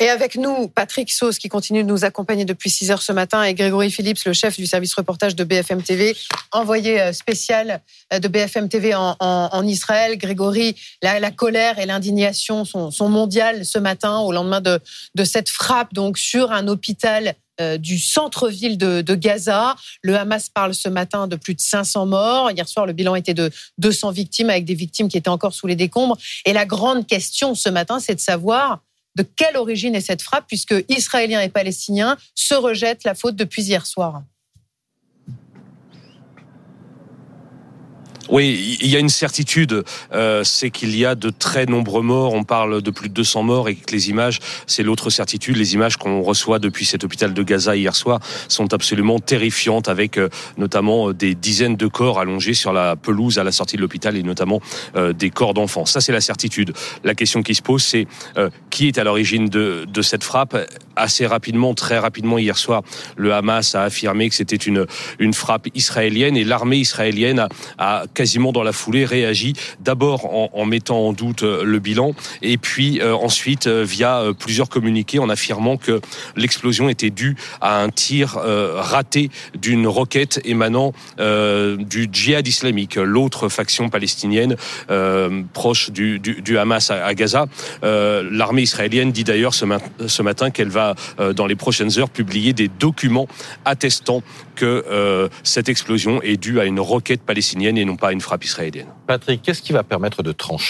Et avec nous, Patrick Sauce, qui continue de nous accompagner depuis 6h ce matin, et Grégory Phillips, le chef du service reportage de BFM TV, envoyé spécial de BFM TV en Israël. Grégory, la colère et l'indignation sont mondiales ce matin, au lendemain de cette frappe donc sur un hôpital du centre-ville de Gaza. Le Hamas parle ce matin de plus de 500 morts. Hier soir, le bilan était de 200 victimes, avec des victimes qui étaient encore sous les décombres. Et la grande question ce matin, c'est de savoir de quelle origine est cette frappe, puisque Israéliens et Palestiniens se rejettent la faute depuis hier soir. Oui, il y a une certitude, c'est qu'il y a de très nombreux morts. On parle de plus de 200 morts et que les images, c'est l'autre certitude. Les images qu'on reçoit depuis cet hôpital de Gaza hier soir sont absolument terrifiantes, avec notamment des dizaines de corps allongés sur la pelouse à la sortie de l'hôpital, et notamment des corps d'enfants. Ça, c'est la certitude. La question qui se pose, c'est qui est à l'origine de cette frappe. Assez rapidement, très rapidement, hier soir, le Hamas a affirmé que c'était une frappe israélienne, et l'armée israélienne a quasiment dans la foulée réagi, d'abord en mettant en doute le bilan, et puis ensuite via plusieurs communiqués en affirmant que l'explosion était due à un tir raté d'une roquette émanant du djihad islamique, l'autre faction palestinienne proche du Hamas à Gaza. L'armée israélienne dit d'ailleurs ce matin qu'elle va dans les prochaines heures publier des documents attestant que cette explosion est due à une roquette palestinienne et non pas à une frappe israélienne. Patrick, qu'est-ce qui va permettre de trancher ?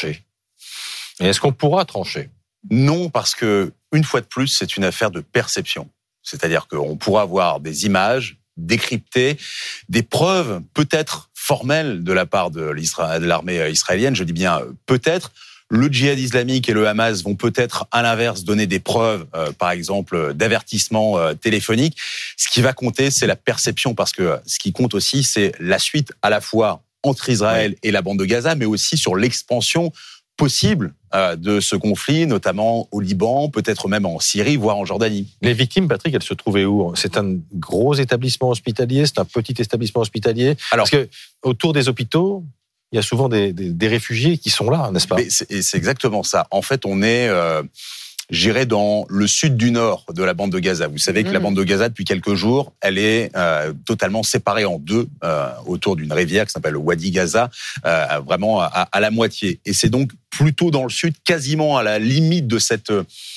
Et est-ce qu'on pourra trancher ? Non, parce que, une fois de plus, c'est une affaire de perception. C'est-à-dire qu'on pourra avoir des images décryptées, des preuves peut-être formelles de la part de l'armée israélienne, je dis bien peut-être. Le djihad islamique et le Hamas vont peut-être, à l'inverse, donner des preuves, par exemple, d'avertissement téléphonique. Ce qui va compter, c'est la perception, parce que ce qui compte aussi, c'est la suite à la fois entre Israël et la bande de Gaza, mais aussi sur l'expansion possible de ce conflit, notamment au Liban, peut-être même en Syrie, voire en Jordanie. Les victimes, Patrick, elles se trouvaient où ? C'est un gros établissement hospitalier ? C'est un petit établissement hospitalier ? Alors, parce que autour des hôpitaux, il y a souvent des réfugiés qui sont là, n'est-ce pas ? Mais c'est exactement ça. En fait, on est, j'irais dans le sud du nord de la bande de Gaza. Vous savez que la bande de Gaza, depuis quelques jours, elle est totalement séparée en deux autour d'une rivière qui s'appelle Wadi Gaza, vraiment à la moitié. Et c'est donc plutôt dans le sud, quasiment à la limite de cette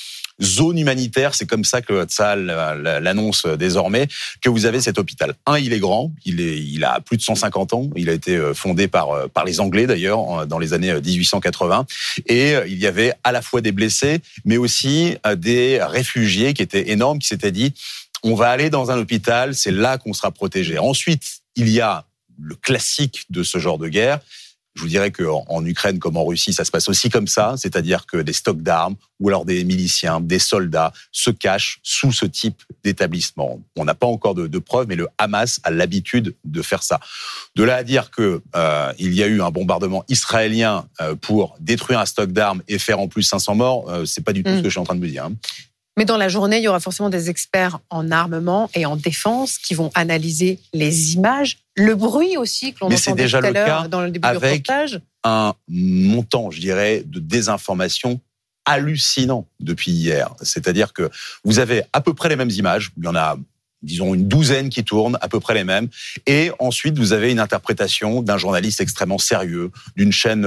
zone humanitaire, c'est comme ça que Tsahal l'annonce désormais, que vous avez cet hôpital. Il est grand, il a plus de 150 ans, il a été fondé par les Anglais d'ailleurs, dans les années 1880, et il y avait à la fois des blessés, mais aussi des réfugiés qui étaient énormes, qui s'étaient dit, on va aller dans un hôpital, c'est là qu'on sera protégé. Ensuite, il y a le classique de ce genre de guerre. Je vous dirais qu'en Ukraine comme en Russie, ça se passe aussi comme ça, c'est-à-dire que des stocks d'armes ou alors des miliciens, des soldats se cachent sous ce type d'établissement. On n'a pas encore de preuves, mais le Hamas a l'habitude de faire ça. De là à dire que il y a eu un bombardement israélien pour détruire un stock d'armes et faire en plus 500 morts, c'est pas du tout ce que je suis en train de me dire. Mais dans la journée, il y aura forcément des experts en armement et en défense qui vont analyser les images, le bruit aussi que l'on entendait tout à l'heure dans le début du reportage. Avec un montant, je dirais, de désinformation hallucinant depuis hier. C'est-à-dire que vous avez à peu près les mêmes images. Il y en a, disons, une douzaine qui tournent, à peu près les mêmes. Et ensuite, vous avez une interprétation d'un journaliste extrêmement sérieux, d'une chaîne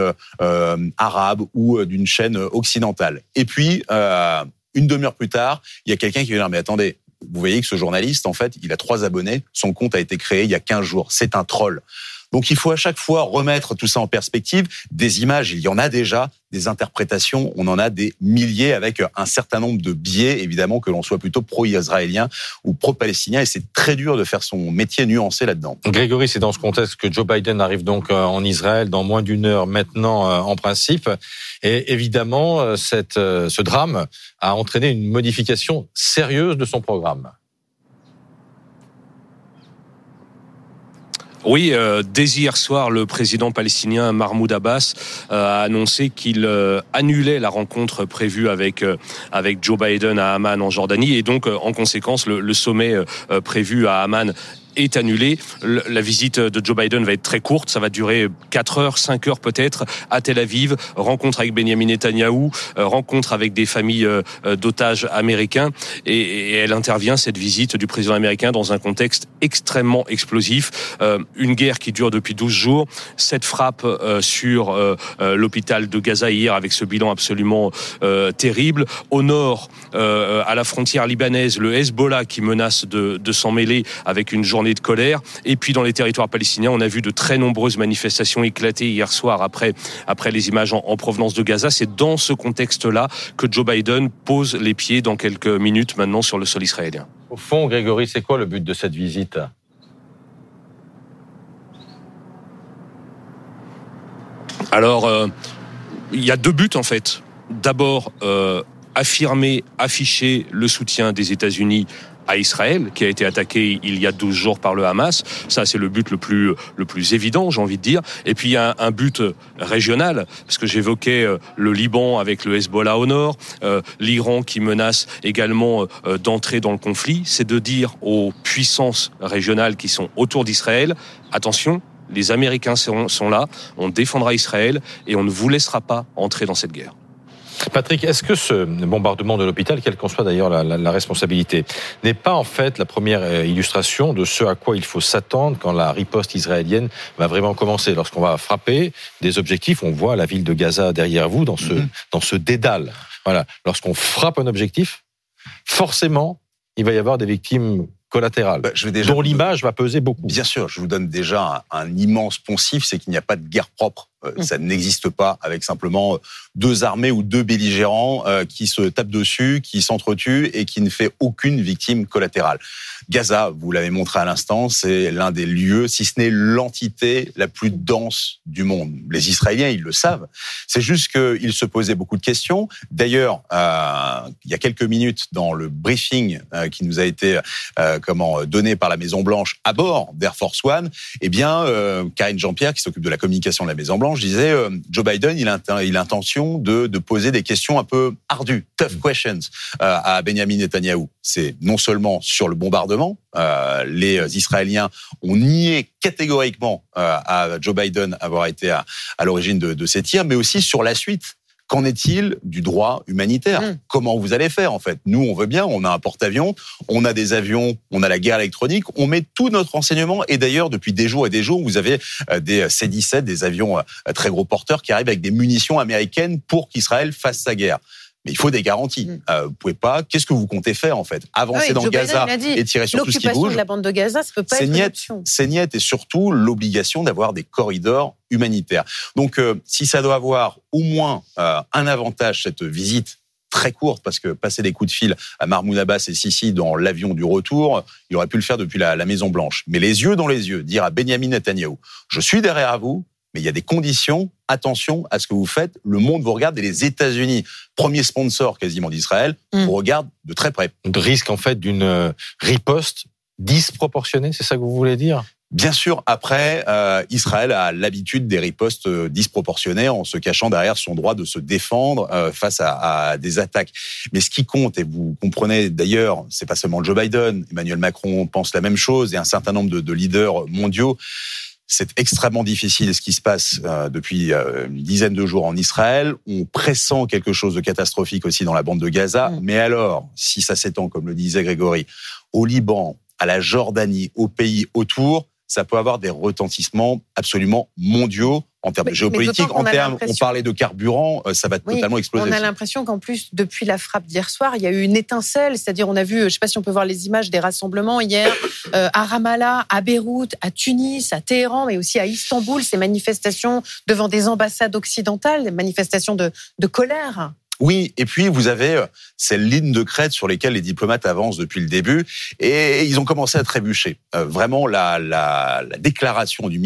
arabe ou d'une chaîne occidentale. Et puis, une demi-heure plus tard, il y a quelqu'un qui vient dire « Mais attendez, vous voyez que ce journaliste, en fait, il a 3 abonnés. Son compte a été créé il y a 15 jours. C'est un troll. » Donc, il faut à chaque fois remettre tout ça en perspective. Des images, il y en a déjà. Des interprétations, on en a des milliers avec un certain nombre de biais, évidemment, que l'on soit plutôt pro-israélien ou pro-palestinien. Et c'est très dur de faire son métier nuancé là-dedans. Grégory, c'est dans ce contexte que Joe Biden arrive donc en Israël dans moins d'une heure maintenant, en principe. Et évidemment, ce drame a entraîné une modification sérieuse de son programme. Oui, dès hier soir, le président palestinien Mahmoud Abbas a annoncé qu'il annulait la rencontre prévue avec Joe Biden à Amman en Jordanie, et donc en conséquence le sommet prévu à Amman est annulée. La visite de Joe Biden va être très courte, ça va durer 4 heures, 5 heures peut-être, à Tel Aviv, rencontre avec Benjamin Netanyahou, rencontre avec des familles d'otages américains, et elle intervient, cette visite du président américain, dans un contexte extrêmement explosif, une guerre qui dure depuis 12 jours, cette frappe sur l'hôpital de Gaza hier, avec ce bilan absolument terrible. Au nord, à la frontière libanaise, le Hezbollah qui menace de s'en mêler, avec une journée de colère. Et puis dans les territoires palestiniens, on a vu de très nombreuses manifestations éclater hier soir après les images en provenance de Gaza. C'est dans ce contexte-là que Joe Biden pose les pieds dans quelques minutes maintenant sur le sol israélien. Au fond, Grégory, c'est quoi le but de cette visite ? Alors, il y a 2 buts en fait. D'abord, afficher le soutien des États-Unis à Israël, qui a été attaqué il y a 12 jours par le Hamas. Ça, c'est le but le plus évident, j'ai envie de dire. Et puis, il y a un but régional, parce que j'évoquais le Liban avec le Hezbollah au nord, l'Iran qui menace également d'entrer dans le conflit. C'est de dire aux puissances régionales qui sont autour d'Israël, attention, les Américains sont là, on défendra Israël et on ne vous laissera pas entrer dans cette guerre. Patrick, est-ce que ce bombardement de l'hôpital, quelle qu'en soit d'ailleurs la responsabilité, n'est pas en fait la première illustration de ce à quoi il faut s'attendre quand la riposte israélienne va vraiment commencer? Lorsqu'on va frapper des objectifs, on voit la ville de Gaza derrière vous dans ce dédale. Voilà. Lorsqu'on frappe un objectif, forcément, il va y avoir des victimes collatérales, dont l'image va peser beaucoup. Bien sûr, je vous donne déjà un immense poncif, c'est qu'il n'y a pas de guerre propre. Ça n'existe pas avec simplement 2 armées ou 2 belligérants qui se tapent dessus, qui s'entretuent et qui ne fait aucune victime collatérale. Gaza, vous l'avez montré à l'instant, c'est l'un des lieux, si ce n'est l'entité la plus dense du monde. Les Israéliens, ils le savent. C'est juste qu'ils se posaient beaucoup de questions. D'ailleurs, il y a quelques minutes, dans le briefing qui nous a été donné par la Maison-Blanche à bord d'Air Force One, eh bien, Karine Jean-Pierre, qui s'occupe de la communication de la Maison-Blanche, disait Joe Biden, il a l'intention de poser des questions un peu ardues, tough questions, à Benjamin Netanyahou. C'est non seulement sur le bombardement, les Israéliens ont nié catégoriquement à Joe Biden avoir été à l'origine de ces tirs, mais aussi sur la suite. Qu'en est-il du droit humanitaire ? Comment vous allez faire, en fait ? Nous, on veut bien, on a un porte-avions, on a des avions, on a la guerre électronique, on met tout notre renseignement. Et d'ailleurs, depuis des jours et des jours, vous avez des C-17, des avions très gros porteurs qui arrivent avec des munitions américaines pour qu'Israël fasse sa guerre. Mais il faut des garanties. Vous pouvez pas. Qu'est-ce que vous comptez faire, en fait ? Avancer dans Gaza et tirer sur tout ce qui bouge. L'occupation de la bande de Gaza, ça peut pas être une option. C'est niet, et surtout l'obligation d'avoir des corridors humanitaires. Donc, si ça doit avoir au moins un avantage, cette visite très courte, parce que passer des coups de fil à Mahmoud Abbas et Sisi dans l'avion du retour, il aurait pu le faire depuis la Maison-Blanche. Mais les yeux dans les yeux, dire à Benjamin Netanyahou, je suis derrière vous, mais il y a des conditions, attention à ce que vous faites, le monde vous regarde et les États-Unis, premier sponsor quasiment d'Israël, vous regardent de très près. De risque en fait d'une riposte disproportionnée, c'est ça que vous voulez dire ? Bien sûr, après, Israël a l'habitude des ripostes disproportionnées en se cachant derrière son droit de se défendre face à des attaques. Mais ce qui compte, et vous comprenez d'ailleurs, c'est pas seulement Joe Biden, Emmanuel Macron pense la même chose et un certain nombre de leaders mondiaux. C'est extrêmement difficile ce qui se passe depuis une dizaine de jours en Israël. On pressent quelque chose de catastrophique aussi dans la bande de Gaza. Mais alors, si ça s'étend, comme le disait Grégory, au Liban, à la Jordanie, aux pays autour, ça peut avoir des retentissements absolument mondiaux en termes de géopolitique, on parlait de carburant, ça va totalement exploser. On a l'impression qu'en plus, depuis la frappe d'hier soir, il y a eu une étincelle, c'est-à-dire on a vu, je ne sais pas si on peut voir les images des rassemblements hier, à Ramallah, à Beyrouth, à Tunis, à Téhéran, mais aussi à Istanbul, ces manifestations devant des ambassades occidentales, des manifestations de colère. Oui, et puis vous avez ces lignes de crête sur lesquelles les diplomates avancent depuis le début, et ils ont commencé à trébucher. Vraiment, la déclaration du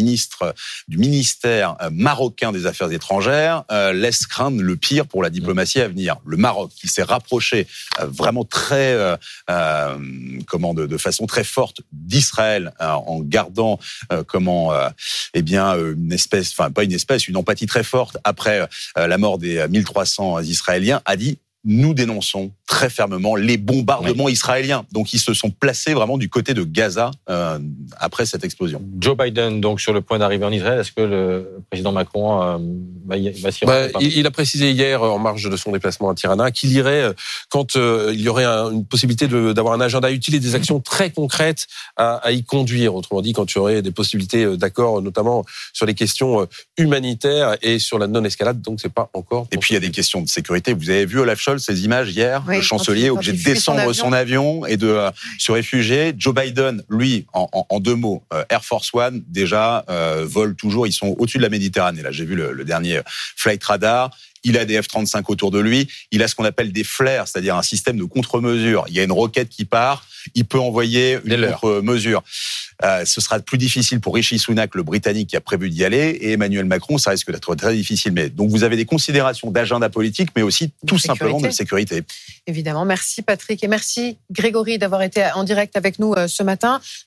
ministère marocain des Affaires étrangères laisse craindre le pire pour la diplomatie à venir. Le Maroc, qui s'est rapproché vraiment très, de façon très forte d'Israël, en gardant une empathie très forte après la mort des 1300 Israéliens, a dit nous dénonçons très fermement les bombardements israéliens. Donc, ils se sont placés vraiment du côté de Gaza après cette explosion. Joe Biden, donc, sur le point d'arriver en Israël, est-ce que le président Macron va s'y rendre? Il a précisé hier, en marge de son déplacement à Tirana, qu'il irait quand il y aurait une possibilité d'avoir un agenda utile et des actions très concrètes à y conduire. Autrement dit, quand il y aurait des possibilités d'accord, notamment sur les questions humanitaires et sur la non-escalade. Donc, c'est pas encore... Et puis, il y a des questions de sécurité. Vous avez vu Olaf Scholz, ces images hier, le chancelier obligé de descendre son avion et de se réfugier. Joe Biden, lui, en 2 mots, Air Force One, déjà, vole toujours. Ils sont au-dessus de la Méditerranée. Là, j'ai vu le dernier Flight Radar. Il a des F-35 autour de lui. Il a ce qu'on appelle des flares, c'est-à-dire un système de contre-mesure. Il y a une roquette qui part. Il peut envoyer une contre-mesure. Ce sera plus difficile pour Rishi Sunak, le Britannique, qui a prévu d'y aller, et Emmanuel Macron, ça risque d'être très difficile. Mais donc vous avez des considérations d'agenda politique, mais aussi tout simplement de sécurité. Évidemment. Merci Patrick et merci Grégory d'avoir été en direct avec nous ce matin.